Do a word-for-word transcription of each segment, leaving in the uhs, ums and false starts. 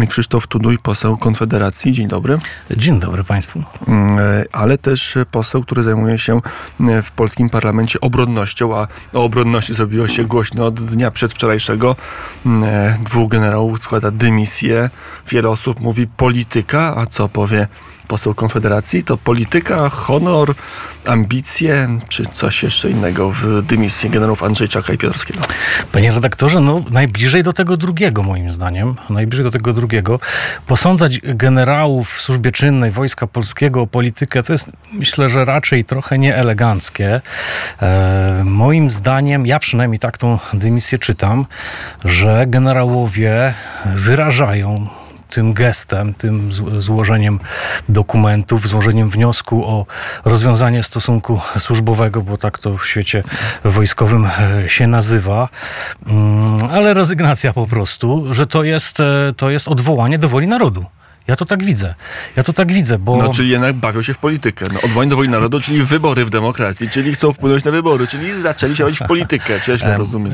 Krzysztof Tuduj, poseł Konfederacji. Dzień dobry. Dzień dobry państwu. Ale też poseł, który zajmuje się w polskim parlamencie obronnością, a o obronności zrobiło się głośno od dnia przedwczorajszego. Dwóch generałów składa dymisję. Wiele osób mówi polityka, a co powie poseł Konfederacji? To polityka, honor, ambicje, czy coś jeszcze innego w dymisji generałów Andrzejczaka i Piotrowskiego? Panie redaktorze, no najbliżej do tego drugiego moim zdaniem. Najbliżej do tego drugiego. Posądzać generałów w służbie czynnej Wojska Polskiego o politykę to jest, myślę, że raczej trochę nieeleganckie. E, moim zdaniem, ja przynajmniej tak tą dymisję czytam, że generałowie wyrażają tym gestem, tym złożeniem dokumentów, złożeniem wniosku o rozwiązanie stosunku służbowego, bo tak to w świecie wojskowym się nazywa, ale rezygnacja po prostu, że to jest, to jest odwołanie do woli narodu. Ja to tak widzę. Ja to tak widzę, bo... No, czyli jednak bawią się w politykę. No, odwołanie do woli narodu, czyli wybory w demokracji, czyli chcą wpłynąć na wybory, czyli zaczęli się bawić w politykę. Czy ja źle rozumiem?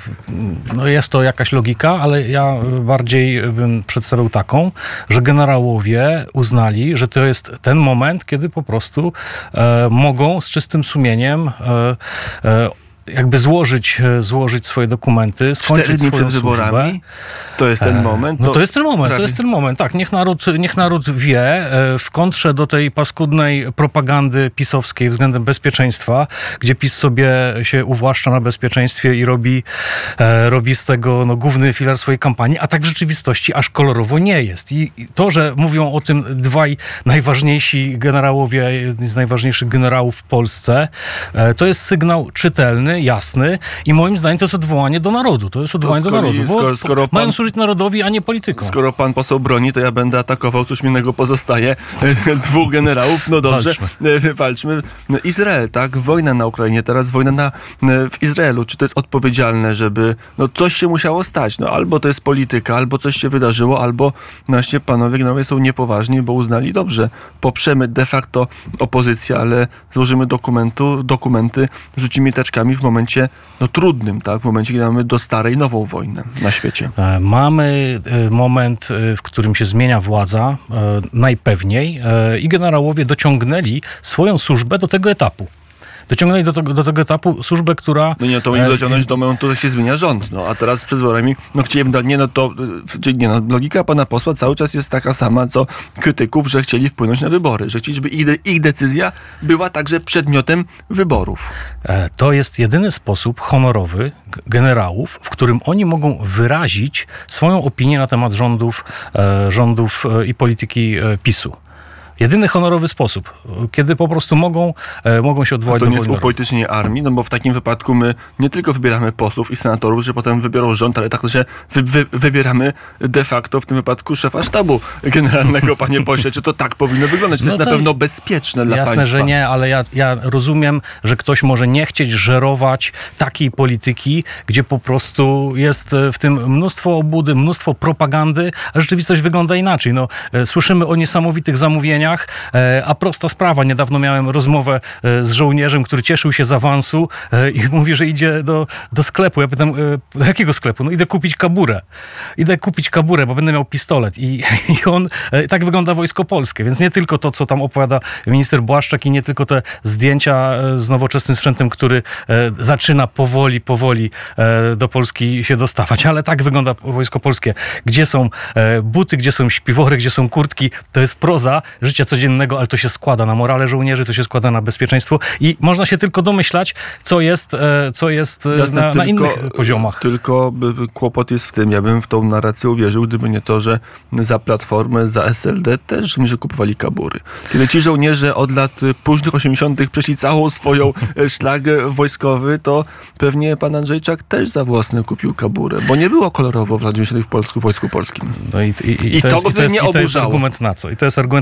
No jest to jakaś logika, ale ja bardziej bym przedstawiał taką, że generałowie uznali, że to jest ten moment, kiedy po prostu e, mogą z czystym sumieniem e, e, jakby złożyć, złożyć swoje dokumenty, skończyć Cztery dni swoją przed służbę. wyborami? To jest ten moment? No to, to jest ten moment, prawie... to jest ten moment, tak. Niech naród, niech naród wie, w kontrze do tej paskudnej propagandy pisowskiej względem bezpieczeństwa, gdzie PiS sobie się uwłaszcza na bezpieczeństwie i robi, e, robi z tego no, główny filar swojej kampanii, a tak w rzeczywistości aż kolorowo nie jest. I, i to, że mówią o tym dwaj najważniejsi generałowie, jedni z najważniejszych generałów w Polsce, e, to jest sygnał czytelny, jasny i moim zdaniem to jest odwołanie do narodu. To jest odwołanie to do skoro, narodu, bo skoro, skoro pan, mają służyć narodowi, a nie politykom. Skoro pan poseł broni, to ja będę atakował, cóż mi innego pozostaje. Dwóch generałów, no dobrze, walczmy. walczmy. Izrael, tak? Wojna na Ukrainie, teraz wojna na, w Izraelu. Czy to jest odpowiedzialne, żeby no coś się musiało stać? No albo to jest polityka, albo coś się wydarzyło, albo właśnie panowie generałowie są niepoważni, bo uznali, dobrze, poprzemy de facto opozycję, ale złożymy dokumentu, dokumenty, rzucimy teczkami w momencie no, trudnym, tak? W momencie, kiedy mamy do starej nową wojnę na świecie. Mamy moment, w którym się zmienia władza, najpewniej, i generałowie dociągnęli swoją służbę do tego etapu. Dociągnęli do tego, do tego etapu służbę, która... No nie, to nie dociągnąć do momentu, że się zmienia rząd. No, a teraz przed wyborami, no chcieli dać, nie, no to, czyli nie, no, logika pana posła cały czas jest taka sama, co krytyków, że chcieli wpłynąć na wybory, że chcieli, żeby ich, de, ich decyzja była także przedmiotem wyborów. To jest jedyny sposób honorowy generałów, w którym oni mogą wyrazić swoją opinię na temat rządów, rządów i polityki PiSu. Jedyny honorowy sposób, kiedy po prostu mogą, e, mogą się odwołać do woli narodu. To nie jest upolitycznienie armii, no bo w takim wypadku my nie tylko wybieramy posłów i senatorów, że potem wybiorą rząd, ale także wy, wy, wybieramy de facto w tym wypadku szefa sztabu generalnego, panie pośle. Czy to tak powinno wyglądać? To no jest to na pewno bezpieczne dla jasne, państwa. Jasne, że nie, ale ja, ja rozumiem, że ktoś może nie chcieć żerować takiej polityki, gdzie po prostu jest w tym mnóstwo obłudy, mnóstwo propagandy, a rzeczywistość wygląda inaczej. No, słyszymy o niesamowitych zamówieniach, a prosta sprawa. Niedawno miałem rozmowę z żołnierzem, który cieszył się z awansu i mówi, że idzie do, do sklepu. Ja pytam, do jakiego sklepu? No idę kupić kaburę. Idę kupić kaburę, bo będę miał pistolet. I, i on, tak wygląda Wojsko Polskie. Więc nie tylko to, co tam opowiada minister Błaszczak i nie tylko te zdjęcia z nowoczesnym sprzętem, który zaczyna powoli, powoli do Polski się dostawać. Ale tak wygląda Wojsko Polskie. Gdzie są buty, gdzie są śpiwory, gdzie są kurtki. To jest proza życia codziennego, ale to się składa na morale żołnierzy, to się składa na bezpieczeństwo i można się tylko domyślać, co jest, co jest Jasne, na, tylko, na innych poziomach. Tylko kłopot jest w tym, ja bym w tą narrację uwierzył, gdyby nie to, że za Platformę, za S L D też żołnierze kupowali kabury. Kiedy ci żołnierze od lat późnych osiemdziesiątych przeszli całą swoją szlag wojskowy, to pewnie pan Andrzejczak też za własne kupił kaburę, bo nie było kolorowo w lat dziewięćdziesiątych w Polsku, w Wojsku Polskim. No i, i, i, I to, to jest, go i to, jest, nie i to jest oburzało. argument na co? I to jest argument to... na co? Że,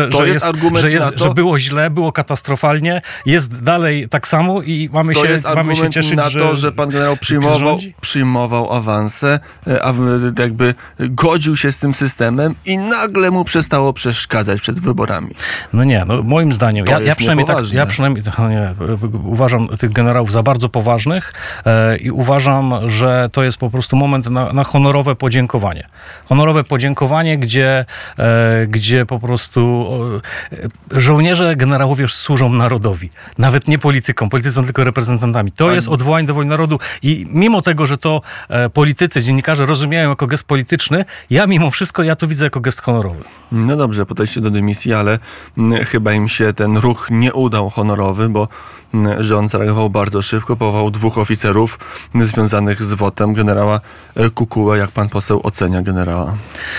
że, to że, jest jest, argument że, jest, na to, że było źle, było katastrofalnie, jest dalej tak samo i mamy to się, jest mamy się cieszyć, na że, to, że pan generał przyjmował, przyjmował awanse, a jakby godził się z tym systemem i nagle mu przestało przeszkadzać przed wyborami. No nie, no moim zdaniem, ja, ja przynajmniej tak, ja przynajmniej no nie, uważam tych generałów za bardzo poważnych e, i uważam, że to jest po prostu moment na, na honorowe podziękowanie. Honorowe podziękowanie, gdzie, e, gdzie po prostu e, żołnierze, generałowie służą narodowi. Nawet nie politykom, politycy są tylko reprezentantami. To jest odwołanie do woli narodu i mimo tego, że to e, politycy, dziennikarze rozumieją jako gest polityczny, ja mimo wszystko, ja to widzę jako gest honorowy. No dobrze, podejście do dymisji, ale m, chyba im się ten ruch nie udał honorowy, bo m, rząd zareagował bardzo szybko, powołał dwóch oficerów związanych z wotem generała Kukułę. Jak pan poseł ocenia generała?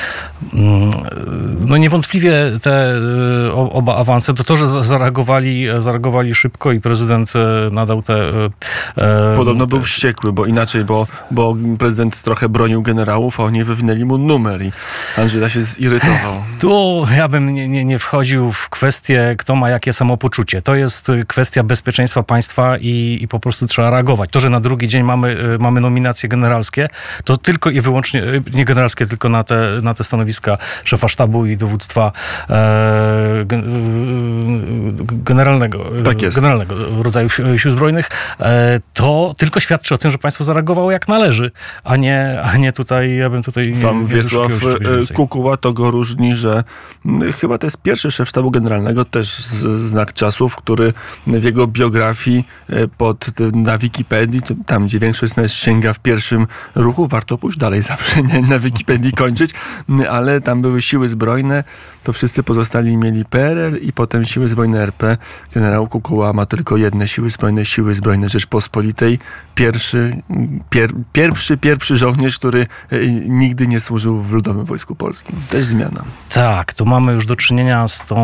No niewątpliwie te oba awanse, to to, że zareagowali, zareagowali szybko i prezydent nadał te... Podobno był wściekły, bo inaczej, bo, bo prezydent trochę bronił generałów, a oni wywinęli mu numer i Andrzej się zirytował. Tu ja bym nie, nie, nie wchodził w kwestię, kto ma jakie samopoczucie. To jest kwestia bezpieczeństwa państwa i, i po prostu trzeba reagować. To, że na drugi dzień mamy, mamy nominacje generalskie, to tylko i wyłącznie, nie generalskie, tylko na te, na te stanowiska szefa sztabu i dowództwa e, generalnego, tak jest. generalnego rodzaju sił zbrojnych, e, to tylko świadczy o tym, że państwo zareagowało jak należy, a nie, a nie tutaj, ja bym tutaj... Sam nie, Wiesław Kukuła to go różni, że chyba to jest pierwszy szef sztabu generalnego, też z, znak czasów, który w jego biografii pod, na Wikipedii, tam gdzie większość nas sięga w pierwszym ruchu, warto pójść dalej zawsze, nie na Wikipedii kończyć, ale tam były siły zbrojne, to wszyscy pozostali mieli P R L i potem siły zbrojne R P. Generał Kukuła ma tylko jedne siły zbrojne, siły zbrojne Rzeczpospolitej. Pierwszy, pier, pierwszy, pierwszy żołnierz, który nigdy nie służył w Ludowym Wojsku Polskim. Też zmiana. Tak, tu mamy już do czynienia z tą,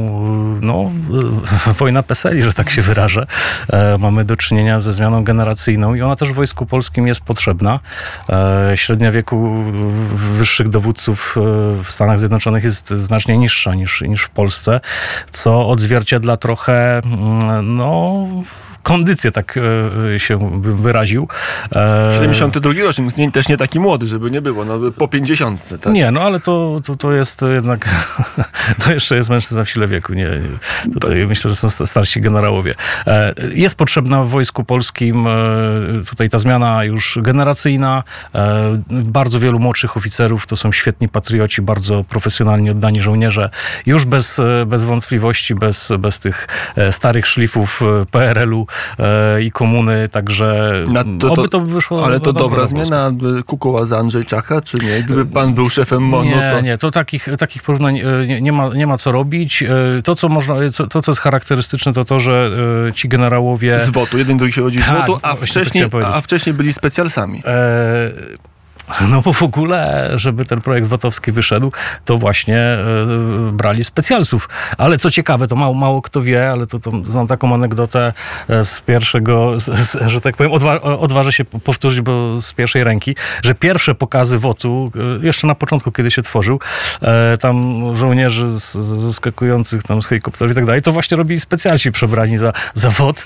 no, wojna peseli, że tak się wyrażę. E, mamy do czynienia ze zmianą generacyjną i ona też w Wojsku Polskim jest potrzebna. E, średnia wieku wyższych dowódców w Stanach Zjednoczonych jest znacznie niższa niż, niż w Polsce, co odzwierciedla trochę, no... kondycję, tak e, się bym wyraził. E, siedemdziesiąty drugi rocznik, też nie taki młody, żeby nie było, no po pięćdziesiątce. Tak? Nie, no ale to, to, to jest jednak, to jeszcze jest mężczyzna w sile wieku. Nie, nie. Tutaj tak. Myślę, że są starsi generałowie. E, jest potrzebna w Wojsku Polskim e, tutaj ta zmiana już generacyjna. E, bardzo wielu młodszych oficerów to są świetni patrioci, bardzo profesjonalni, oddani żołnierze. Już bez, bez wątpliwości, bez, bez tych starych szlifów P R L u i komuny, także to, oby to wyszło. Ale to dobra zmiana Kukuła za Andrzejczaka, czy nie? Gdyby pan był szefem M O N-u, nie, to... Nie, to takich, takich porównań nie, nie, ma, nie ma co robić. To co, można, to, co jest charakterystyczne, to to, że ci generałowie... Z wotu, jeden drugi się rodzi z wotu, a wcześniej, a wcześniej byli specjalsami. E... No bo w ogóle, żeby ten projekt wotowski wyszedł, to właśnie e, brali specjalsów. Ale co ciekawe, to mało, mało kto wie, ale to, to znam taką anegdotę z pierwszego, z, z, że tak powiem, odwa, odważę się powtórzyć, bo z pierwszej ręki, że pierwsze pokazy wotu, jeszcze na początku, kiedy się tworzył, e, tam żołnierzy z, z, zeskakujących tam z helikopterów i tak dalej, to właśnie robili specjalci przebrani za, za wot.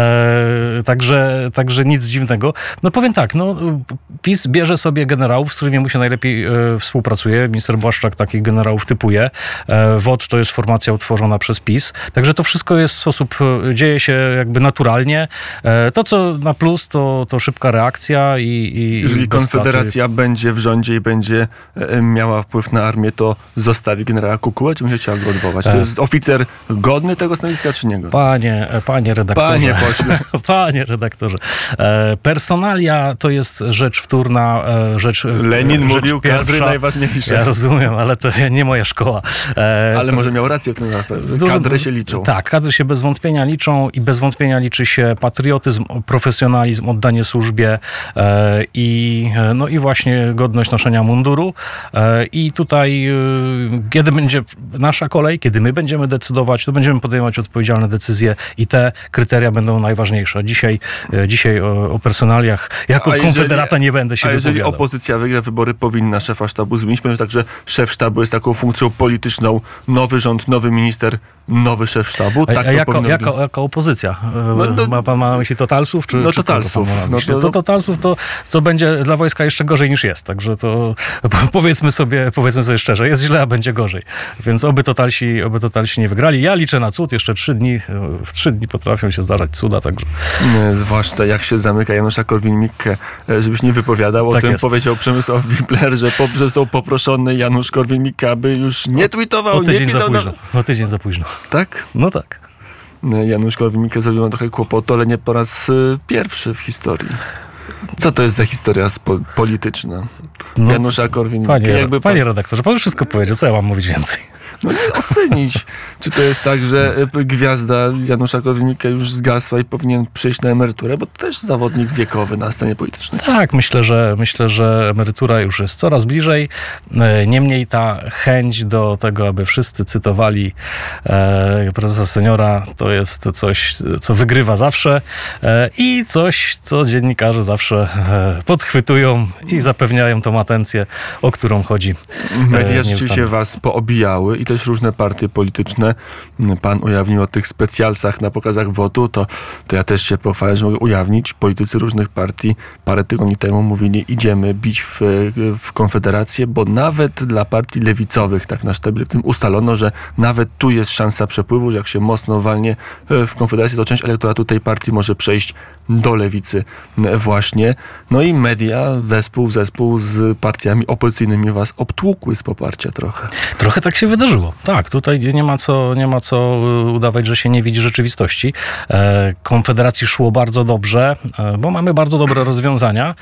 E, także, także nic dziwnego. No powiem tak, no PiS bierze sobie generałów, z którymi mu się najlepiej e, współpracuje. Minister Błaszczak takich generałów typuje. E, W O T to jest formacja utworzona przez PiS. Także to wszystko jest w sposób, e, dzieje się jakby naturalnie. E, to, co na plus, to, to szybka reakcja i... i Jeżeli Konfederacja straty. będzie w rządzie i będzie e, miała wpływ na armię, to zostawi generała Kukułę, czy będzie chciała go odwołać? To jest oficer godny tego stanowiska, czy nie godny? Panie, panie redaktorze. Panie pośle. Panie redaktorze. E, personalia to jest rzecz wtórna, e, rzecz Lenin rzecz mówił, pierwsza. kadry najważniejsze. Ja rozumiem, ale to nie moja szkoła. E, ale może miał rację w tym aspekcie. Kadry się liczą. Tak, kadry się bez wątpienia liczą i bez wątpienia liczy się patriotyzm, profesjonalizm, oddanie służbie e, i, no i właśnie godność noszenia munduru. E, I tutaj, e, kiedy będzie nasza kolej, kiedy my będziemy decydować, to będziemy podejmować odpowiedzialne decyzje i te kryteria będą najważniejsze. Dzisiaj, e, dzisiaj o, o personaliach jako a konfederata jeżeli, nie będę się a wypowiadał. Jeżeli opozycja wygra wybory, powinna szefa sztabu zmienić. Powiem tak, że szef sztabu jest taką funkcją polityczną. Nowy rząd, nowy minister, nowy szef sztabu. Tak a, a jako, jako, jako opozycja? No, no, ma pan na myśli totalsów? Czy, no czy totalsów. No, to, to totalsów to, to będzie dla wojska jeszcze gorzej niż jest. Także to powiedzmy sobie, powiedzmy sobie szczerze, jest źle, a będzie gorzej. Więc oby totalsi, oby totalsi nie wygrali. Ja liczę na cud. Jeszcze trzy dni, w trzy dni potrafią się zdarzać cuda. Także. Nie, zwłaszcza jak się zamyka Janusza Korwin-Mikke, żebyś nie wypowiadał. Tak o tym jest. Powiedział Przemysław Wipler, że po, został poproszony Janusz Korwin-Mikke, aby już nie tweetował, o tydzień nie pisał. Za późno. Na... O tydzień za późno. Tak? No tak. Janusz Korwin-Mikke zrobił trochę kłopotu, ale nie po raz pierwszy w historii. Co to jest za historia spo- polityczna? No, Janusza Korwin-Mikke. Panie, jakby pan... panie redaktorze, pan już wszystko powiedział. Co ja mam mówić więcej? No nie ocenić. Czy to jest tak, że gwiazda Janusza Korwin-Mikke już zgasła i powinien przyjść na emeryturę, bo to też zawodnik wiekowy na scenie politycznej. Tak, myślę, że myślę, że emerytura już jest coraz bliżej. Niemniej ta chęć do tego, aby wszyscy cytowali e, prezesa seniora, to jest coś, co wygrywa zawsze e, i coś, co dziennikarze zawsze e, podchwytują i zapewniają tą atencję, o którą chodzi. E, Media rzeczywiście was poobijały i też różne partie polityczne. Pan ujawnił o tych specjalsach na pokazach wotu, to, to ja też się pochwalę, że mogę ujawnić. Politycy różnych partii parę tygodni temu mówili, idziemy bić w, w Konfederację, bo nawet dla partii lewicowych, tak na sztabie w tym ustalono, że nawet tu jest szansa przepływu, że jak się mocno walnie w Konfederację, to część elektoratu tej partii może przejść do lewicy właśnie. No i media, wespół, zespół z partiami opozycyjnymi was obtłukły z poparcia trochę. Trochę tak się wydarzyło. Tak, tutaj nie ma co, nie ma co udawać, że się nie widzi rzeczywistości. Konfederacji szło bardzo dobrze, bo mamy bardzo dobre rozwiązania.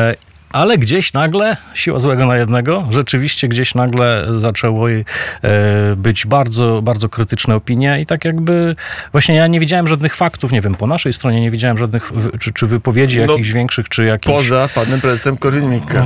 Ale gdzieś nagle, siła złego na jednego, rzeczywiście gdzieś nagle zaczęło e, być bardzo, bardzo krytyczne opinie i tak jakby właśnie ja nie widziałem żadnych faktów, nie wiem, po naszej stronie nie widziałem żadnych, czy, czy wypowiedzi no, jakichś większych, czy jakichś... Poza panem prezesem Korwin-Mikke.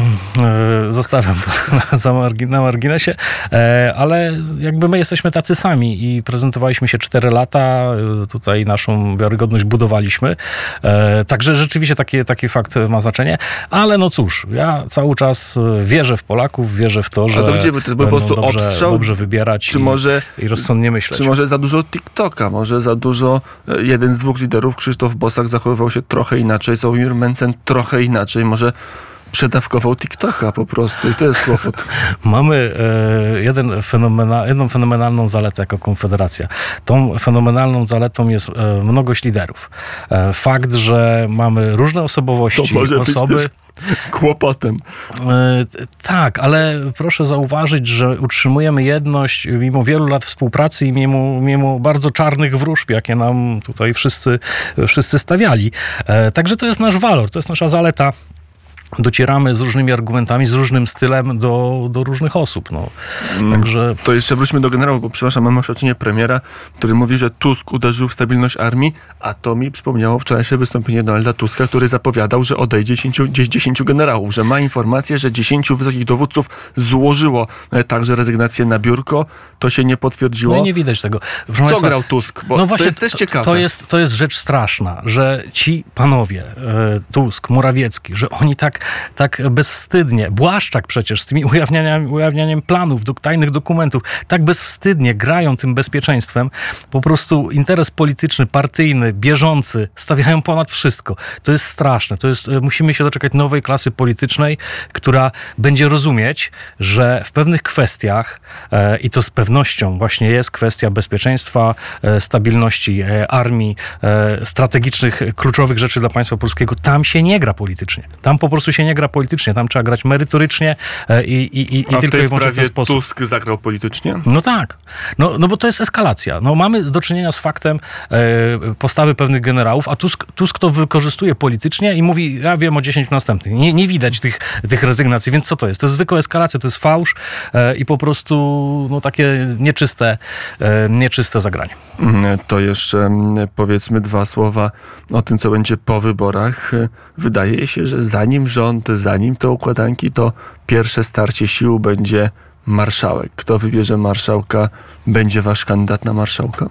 E, zostawiam na, margin, na marginesie, e, ale jakby my jesteśmy tacy sami i prezentowaliśmy się cztery lata, tutaj naszą wiarygodność budowaliśmy, e, także rzeczywiście taki, taki fakt ma znaczenie, ale no cóż, ja cały czas wierzę w Polaków, wierzę w to, że to gdzie, to po prostu dobrze, odstrzał, dobrze wybierać czy i, może, i rozsądnie myśleć. Czy może za dużo TikToka, może za dużo, jeden z dwóch liderów, Krzysztof Bosak, zachowywał się trochę inaczej, Sławomir Mencen trochę inaczej, może przedawkował TikToka po prostu i to jest kłopot. Mamy e, jeden fenomena, jedną fenomenalną zaletę jako Konfederacja. Tą fenomenalną zaletą jest e, mnogość liderów. E, fakt, że mamy różne osobowości, to może osoby... Być też kłopotem. E, tak, ale proszę zauważyć, że utrzymujemy jedność mimo wielu lat współpracy i mimo, mimo bardzo czarnych wróżb, jakie nam tutaj wszyscy, wszyscy stawiali. E, także to jest nasz walor, to jest nasza zaleta. Docieramy z różnymi argumentami, z różnym stylem do, do różnych osób. No. Także... To jeszcze wróćmy do generałów, bo przepraszam, mamy oświadczenie premiera, który mówi, że Tusk uderzył w stabilność armii, a to mi przypomniało wczorajsze wystąpienie Donalda Tuska, który zapowiadał, że odejdzie dziesięciu generałów, że ma informację, że dziesięciu wysokich dowódców złożyło także rezygnację na biurko. To się nie potwierdziło. No i nie widać tego. Proszę Co Państwa, grał Tusk? Bo no właśnie, to jest też ciekawe. To jest, to jest rzecz straszna, że ci panowie, Tusk, Morawiecki, że oni tak tak bezwstydnie, Błaszczak przecież z tymi ujawnianiami, ujawnianiem planów, do, tajnych dokumentów, tak bezwstydnie grają tym bezpieczeństwem, po prostu interes polityczny, partyjny, bieżący stawiają ponad wszystko. To jest straszne. To jest, musimy się doczekać nowej klasy politycznej, która będzie rozumieć, że w pewnych kwestiach e, i to z pewnością właśnie jest kwestia bezpieczeństwa, e, stabilności e, armii, e, strategicznych, kluczowych rzeczy dla państwa polskiego, tam się nie gra politycznie. Tam po prostu się nie gra politycznie, tam trzeba grać merytorycznie i, i, i, i tylko i wyłącznie w ten sposób. Tusk zagrał politycznie? No tak. No, no bo to jest eskalacja. No mamy do czynienia z faktem e, postawy pewnych generałów, a Tusk, Tusk to wykorzystuje politycznie i mówi, ja wiem o dziesięciu następnych. Nie, nie widać tych, tych rezygnacji, więc co to jest? To jest zwykła eskalacja, to jest fałsz e, i po prostu no, takie nieczyste, e, nieczyste zagranie. To jeszcze powiedzmy dwa słowa o tym, co będzie po wyborach. Wydaje się, że zanim rząd, zanim te układanki, to pierwsze starcie sił będzie marszałek. Kto wybierze marszałka, będzie wasz kandydat na marszałka?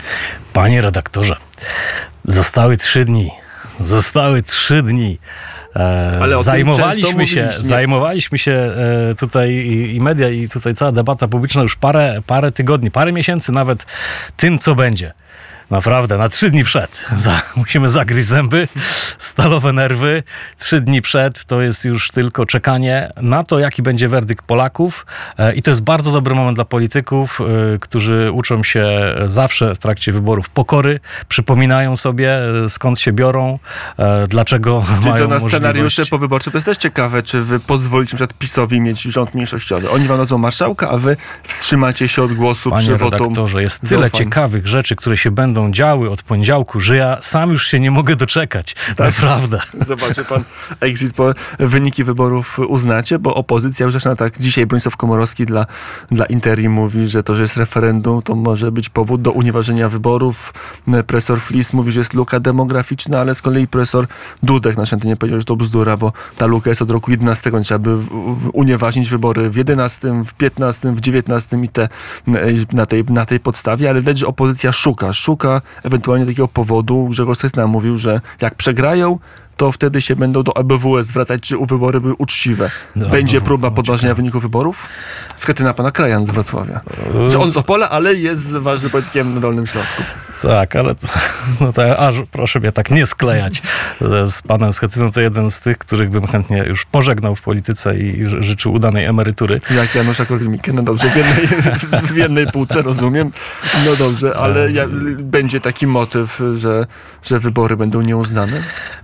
Panie redaktorze, zostały trzy dni. Zostały trzy dni E, Ale o zajmowaliśmy się, mówiliśmy. zajmowaliśmy się e, tutaj i, i media, i tutaj cała debata publiczna już parę, parę tygodni, parę miesięcy nawet tym, co będzie. Naprawdę, na trzy dni przed. Za, musimy zagryźć zęby, stalowe nerwy. Trzy dni przed to jest już tylko czekanie na to, jaki będzie werdykt Polaków. E, I to jest bardzo dobry moment dla polityków, e, którzy uczą się zawsze w trakcie wyborów pokory, przypominają sobie, e, skąd się biorą, e, dlaczego Czyli mają to na możliwość. scenariusze powyborcze to jest też ciekawe, czy wy pozwolicie na przykład PiS-owi mieć rząd mniejszościowy. Oni wam dadzą marszałka, a wy wstrzymacie się od głosu Panie przy wotum redaktorze, jest tyle zaufania. ciekawych rzeczy, które się będą działy od poniedziałku, że ja sam już się nie mogę doczekać. Tak. Naprawdę. Zobaczy pan exit, po wyniki wyborów uznacie, bo opozycja już zaczyna tak. Dzisiaj Bronisław Komorowski dla, dla Interii mówi, że to, że jest referendum, to może być powód do unieważnienia wyborów. Profesor Flis mówi, że jest luka demograficzna, ale z kolei profesor Dudek na antenie powiedział, że to bzdura, bo ta luka jest od roku jedenastego. Trzeba by w- w- unieważnić wybory w jedenastym, w piętnastym, w dziewiętnastym i te na tej, na tej podstawie, ale widać, że opozycja szuka, szuka ewentualnie takiego powodu. Grzegorz Schetyna mówił, że jak przegrają, to wtedy się będą do A B W S zwracać, czy u wybory były uczciwe. Do Będzie A B W, próba no, podważenia ciekawe. wyników wyborów? Schetyna pana Krajan z Wrocławia. Czy on z Opola, ale jest ważnym politykiem na Dolnym Śląsku. Tak, ale to, no to aż proszę mnie tak nie sklejać z panem Schetyną. To jeden z tych, których bym chętnie już pożegnał w polityce i ży- życzył udanej emerytury. Jak Janusza Korwin-Mikke, no dobrze, w jednej, w jednej półce, rozumiem. No dobrze, ale ja, będzie taki motyw, że, że wybory będą nieuznane?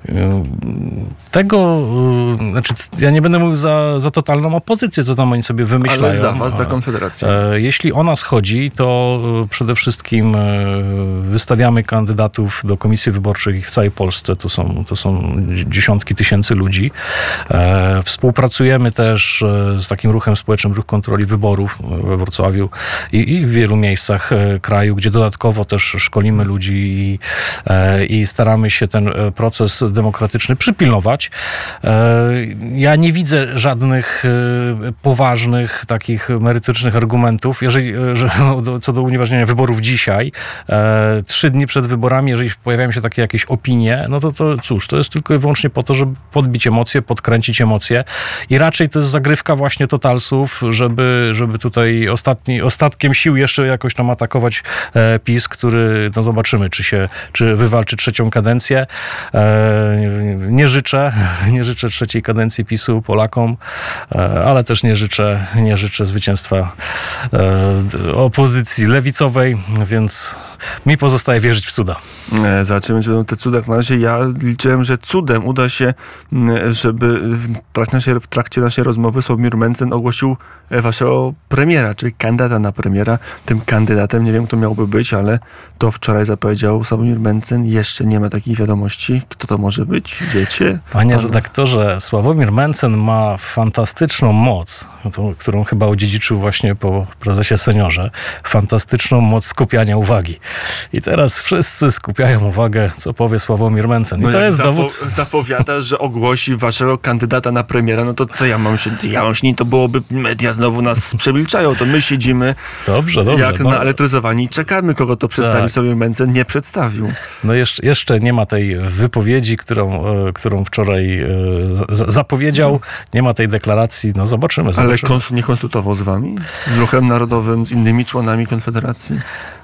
Tego, y, znaczy ja nie będę mówił za, za totalną opozycję, co tam oni sobie wymyślają. Ale za was, za A, Konfederację. e, Jeśli ona schodzi, to e, przede wszystkim e, wystawiamy kandydatów do komisji wyborczych ich w całej Polsce. To są, to są dziesiątki tysięcy ludzi. E, Współpracujemy też e, z takim ruchem społecznym, Ruch Kontroli Wyborów we Wrocławiu i, i w wielu miejscach e, kraju, gdzie dodatkowo też szkolimy ludzi i, e, i staramy się ten e, proces demokratyczny przypilnować. E, Ja nie widzę żadnych e, poważnych, takich merytorycznych argumentów, jeżeli, e, że, no, do, co do unieważnienia wyborów dzisiaj. E, Trzy dni przed wyborami, jeżeli pojawiają się takie jakieś opinie, no to, to cóż, to jest tylko i wyłącznie po to, żeby podbić emocje, podkręcić emocje i raczej to jest zagrywka właśnie totalsów, żeby, żeby tutaj ostatni, ostatkiem sił jeszcze jakoś tam atakować e, PiS, który, no zobaczymy, czy się, czy wywalczy trzecią kadencję. E, nie życzę, nie życzę trzeciej kadencji PiSu Polakom, e, ale też nie życzę, nie życzę zwycięstwa e, opozycji lewicowej, więc mi pozostaje wierzyć w cuda. E, Zobaczymy, czy będą te cuda. Na razie ja liczyłem, że cudem uda się, m, żeby w trakcie naszej, w trakcie naszej rozmowy Sławomir Mencen ogłosił e, waszego premiera, czyli kandydata na premiera. Tym kandydatem, nie wiem kto miałby być, ale to wczoraj zapowiedział Sławomir Mencen. Jeszcze nie ma takiej wiadomości. Kto to może być? Wiecie? Panie Pan- redaktorze, Sławomir Mencen ma fantastyczną moc, tą, którą chyba odziedziczył właśnie po prezesie seniorze, fantastyczną moc skupiania uwagi. I teraz wszyscy skupiają uwagę, co powie Sławomir Mencen. I No to jak jest zapo- dowód... zapowiada, że ogłosi waszego kandydata na premiera, no to co ja mam się, ja mam się nie, to byłoby media znowu nas przemilczają, to my siedzimy Dobrze, dobrze. jak no, naelektryzowani i czekamy, kogo to przedstawi. Tak. Sobie Mencen nie przedstawił. no jeszcze, jeszcze nie ma tej wypowiedzi, którą, e, którą wczoraj e, za- zapowiedział. Nie ma tej deklaracji. No zobaczymy. Ale zobaczymy. kons- nie konsultował z wami? Z Ruchem Narodowym, z innymi członami Konfederacji?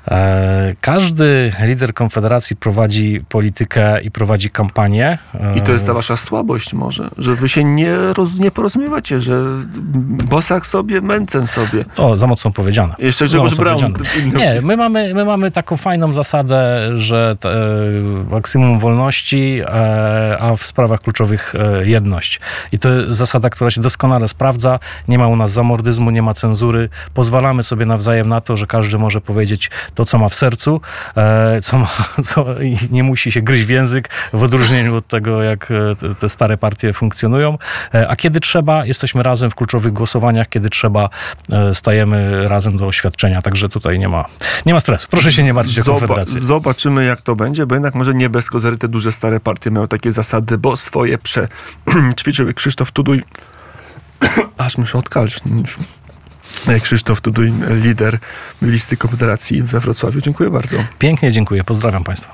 E, Każdy lider Konfederacji prowadzi politykę i prowadzi kampanię. E, I to jest ta wasza słabość może, że wy się nie, roz, nie porozumiewacie, że Bosak sobie, Mencen sobie. O, za mocno powiedziane. Jeszcze Za Grzegorz mocno Braun. powiedziane. Nie, my mamy, my mamy taką fajną zasadę, że te, e, maksimum wolności, e, a w sprawach kluczowych e, jedność. I to jest zasada, która się doskonale sprawdza. Nie ma u nas zamordyzmu, nie ma cenzury. Pozwalamy sobie nawzajem na to, że każdy może powiedzieć to, co ma w sercu, e, co ma, co, i nie musi się gryźć w język, w odróżnieniu od tego, jak e, te, te stare partie funkcjonują. E, a kiedy trzeba, jesteśmy razem w kluczowych głosowaniach, kiedy trzeba, e, stajemy razem do oświadczenia. Także tutaj nie ma, nie ma stresu. Proszę się nie martwić o Zoba- Konfederację. Zobaczymy, jak to będzie, bo jednak może nie bez kozery te duże, stare partie mają takie zasady, bo swoje przećwiczył Krzysztof Tuduj. Aż mi się odkalcznąć. Krzysztof Tuduj, lider listy Konfederacji we Wrocławiu. Dziękuję bardzo. Pięknie dziękuję. Pozdrawiam Państwa.